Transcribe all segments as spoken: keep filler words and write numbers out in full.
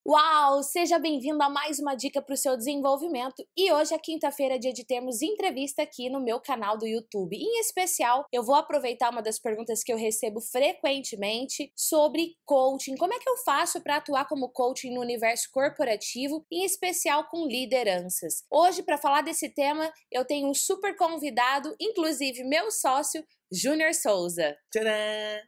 Uau! Seja bem-vindo a mais uma dica para o seu desenvolvimento. E hoje é quinta-feira, dia de termos entrevista aqui no meu canal do YouTube. Em especial, eu vou aproveitar uma das perguntas que eu recebo frequentemente sobre coaching. Como é que eu faço para atuar como coaching no universo corporativo, em especial com lideranças? Hoje, para falar desse tema, eu tenho um super convidado, inclusive meu sócio, Júnior Souza. Tcharam!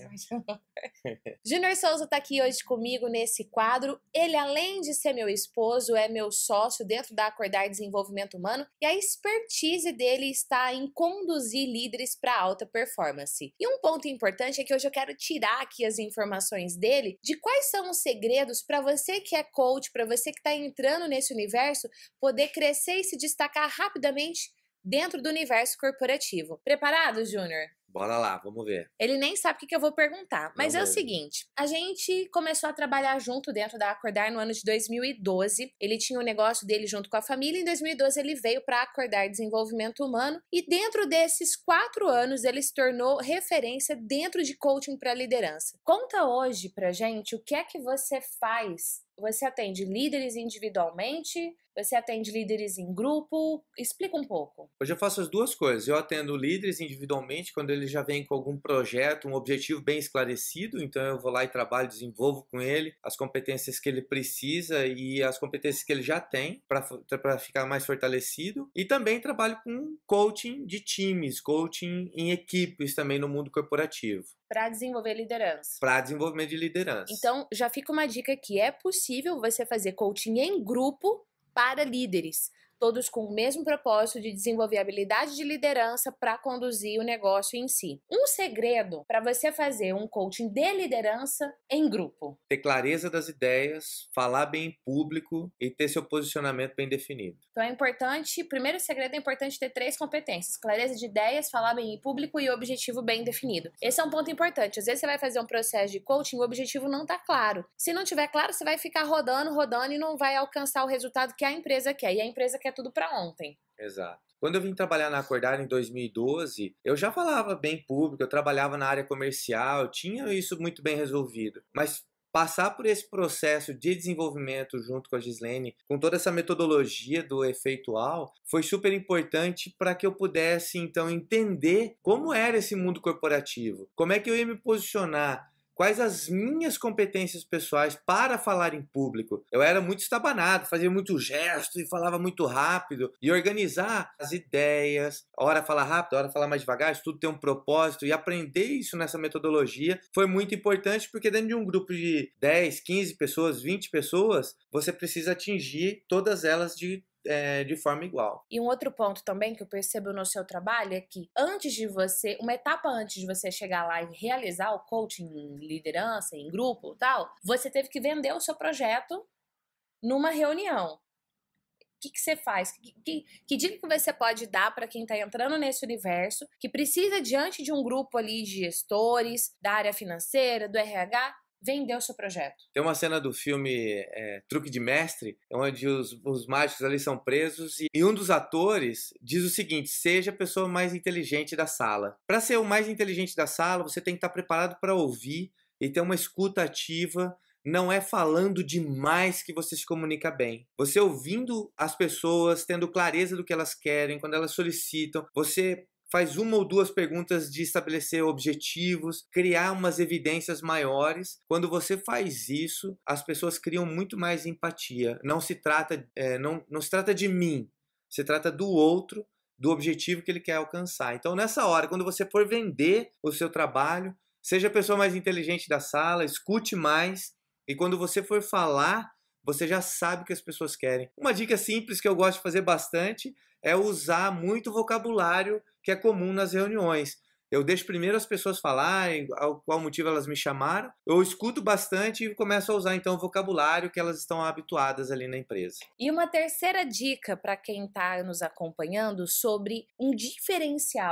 Júnior Souza está aqui hoje comigo nesse quadro. Ele, além de ser meu esposo, é meu sócio dentro da Acordar Desenvolvimento Humano e a expertise dele está em conduzir líderes para alta performance. E um ponto importante é que hoje eu quero tirar aqui as informações dele de quais são os segredos para você que é coach, para você que está entrando nesse universo, poder crescer e se destacar rapidamente dentro do universo corporativo. Preparado, Júnior? Bora lá, vamos ver. Ele nem sabe o que, que eu vou perguntar, mas Não é o mesmo. seguinte, a gente começou a trabalhar junto dentro da Acordar no ano de dois mil e doze, ele tinha o negócio dele junto com a família, em dois mil e doze ele veio para Acordar Desenvolvimento Humano e dentro desses quatro anos ele se tornou referência dentro de coaching para liderança. Conta hoje pra gente o que é que você faz. Você atende líderes individualmente? Você atende líderes em grupo? Explica um pouco. Hoje eu faço as duas coisas. Eu atendo líderes individualmente quando eles já vêm com algum projeto, um objetivo bem esclarecido. Então eu vou lá e trabalho, desenvolvo com ele as competências que ele precisa e as competências que ele já tem para ficar mais fortalecido. E também trabalho com coaching de times, coaching em equipes também no mundo corporativo. Para desenvolver liderança. Para desenvolvimento de liderança. Então, já fica uma dica aqui. É possível você fazer coaching em grupo para líderes, todos com o mesmo propósito de desenvolver habilidade de liderança para conduzir o negócio em si. Um segredo para você fazer um coaching de liderança em grupo. Ter clareza das ideias, falar bem em público e ter seu posicionamento bem definido. Então é importante, primeiro segredo é importante ter três competências: clareza de ideias, falar bem em público e objetivo bem definido. Esse é um ponto importante. Às vezes você vai fazer um processo de coaching e o objetivo não está claro. Se não tiver claro, você vai ficar rodando, rodando e não vai alcançar o resultado que a empresa quer. E a empresa quer tudo para ontem. Exato. Quando eu vim trabalhar na Acordar em dois mil e doze, eu já falava bem em público, eu trabalhava na área comercial, tinha isso muito bem resolvido. Mas passar por esse processo de desenvolvimento junto com a Gislene, com toda essa metodologia do efeitual, foi super importante para que eu pudesse, então, entender como era esse mundo corporativo, como é que eu ia me posicionar, quais as minhas competências pessoais para falar em público. Eu era muito estabanado, fazia muito gesto e falava muito rápido. E organizar as ideias, a hora falar rápido, a hora falar mais devagar, isso tudo tem um propósito. E aprender isso nessa metodologia foi muito importante, porque dentro de um grupo de dez, quinze pessoas, vinte pessoas, você precisa atingir todas elas de É, de forma igual. E um outro ponto também que eu percebo no seu trabalho é que antes de você, uma etapa antes de você chegar lá e realizar o coaching em liderança, em grupo e tal, você teve que vender o seu projeto numa reunião. O que, que você faz? Que, que, que dica que você pode dar para quem está entrando nesse universo, que precisa, diante de um grupo ali de gestores, da área financeira, do R H, vender o seu projeto? Tem uma cena do filme é, Truque de Mestre, onde os, os mágicos ali são presos e, e um dos atores diz o seguinte: seja a pessoa mais inteligente da sala. Para ser o mais inteligente da sala, você tem que estar preparado para ouvir e ter uma escuta ativa. Não é falando demais que você se comunica bem. Você ouvindo as pessoas, tendo clareza do que elas querem, quando elas solicitam, você faz uma ou duas perguntas de estabelecer objetivos, criar umas evidências maiores. Quando você faz isso, as pessoas criam muito mais empatia. Não se trata, é, não, não se trata de mim, se trata do outro, do objetivo que ele quer alcançar. Então, nessa hora, quando você for vender o seu trabalho, seja a pessoa mais inteligente da sala, escute mais, e quando você for falar, você já sabe o que as pessoas querem. Uma dica simples que eu gosto de fazer bastante é usar muito vocabulário que é comum nas reuniões. Eu deixo primeiro as pessoas falarem, ao qual motivo elas me chamaram, eu escuto bastante e começo a usar então o vocabulário que elas estão habituadas ali na empresa. E uma terceira dica para quem está nos acompanhando sobre um diferencial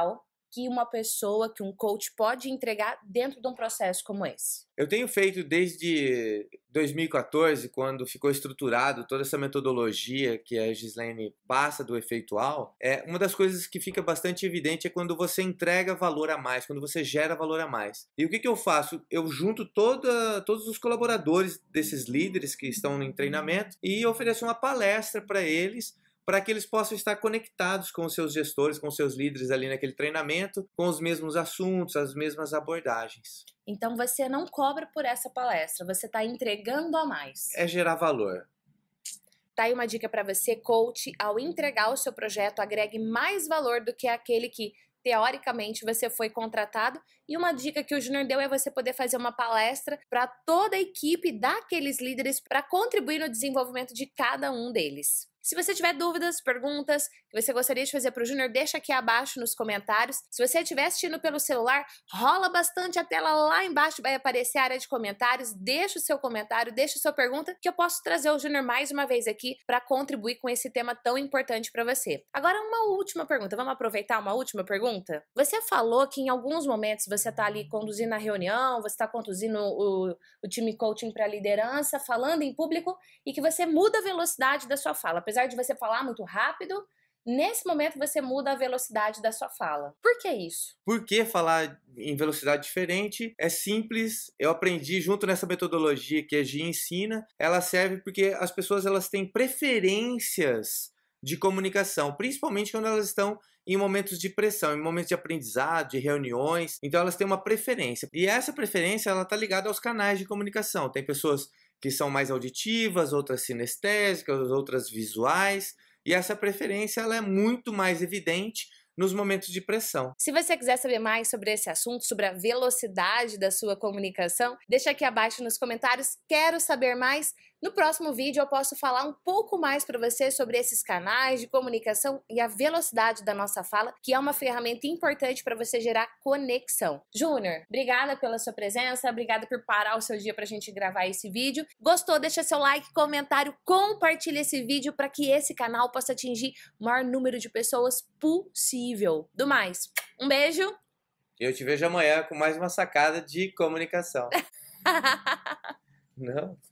que uma pessoa, que um coach pode entregar dentro de um processo como esse? Eu tenho feito desde dois mil e quatorze, quando ficou estruturado toda essa metodologia que a Gislaine passa do efeitual. É, uma das coisas que fica bastante evidente é quando você entrega valor a mais, quando você gera valor a mais. E o que, que eu faço? Eu junto toda, todos os colaboradores desses líderes que estão em treinamento e ofereço uma palestra para eles, para que eles possam estar conectados com os seus gestores, com os seus líderes ali naquele treinamento, com os mesmos assuntos, as mesmas abordagens. Então você não cobra por essa palestra, você está entregando a mais. É gerar valor. Tá aí uma dica para você, coach, ao entregar o seu projeto, agregue mais valor do que aquele que teoricamente você foi contratado. E uma dica que o Júnior deu é você poder fazer uma palestra para toda a equipe daqueles líderes para contribuir no desenvolvimento de cada um deles. Se você tiver dúvidas, perguntas que você gostaria de fazer para o Júnior, deixa aqui abaixo nos comentários. Se você estiver assistindo pelo celular, rola bastante a tela lá embaixo, vai aparecer a área de comentários. Deixa o seu comentário, deixa a sua pergunta, que eu posso trazer o Júnior mais uma vez aqui para contribuir com esse tema tão importante para você. Agora, uma última pergunta. Vamos aproveitar uma última pergunta? Você falou que em alguns momentos você está ali conduzindo a reunião, você está conduzindo o, o time coaching para liderança, falando em público, e que você muda a velocidade da sua fala. Apesar de você falar muito rápido, nesse momento você muda a velocidade da sua fala. Por que isso? Por que falar em velocidade diferente? É simples, eu aprendi junto nessa metodologia que a Gi ensina. Ela serve porque as pessoas elas têm preferências de comunicação, principalmente quando elas estão em momentos de pressão, em momentos de aprendizado, de reuniões. Então elas têm uma preferência. E essa preferência ela está ligada aos canais de comunicação. Tem pessoas que são mais auditivas, outras sinestésicas, outras visuais, e essa preferência ela é muito mais evidente nos momentos de pressão. Se você quiser saber mais sobre esse assunto, sobre a velocidade da sua comunicação, deixa aqui abaixo nos comentários. Quero saber mais. No próximo vídeo eu posso falar um pouco mais para você sobre esses canais de comunicação e a velocidade da nossa fala, que é uma ferramenta importante para você gerar conexão. Júnior, obrigada pela sua presença, obrigada por parar o seu dia para a gente gravar esse vídeo. Gostou? Deixa seu like, comentário, compartilha esse vídeo para que esse canal possa atingir o maior número de pessoas possível. Do mais, um beijo. Eu te vejo amanhã com mais uma sacada de comunicação. Não?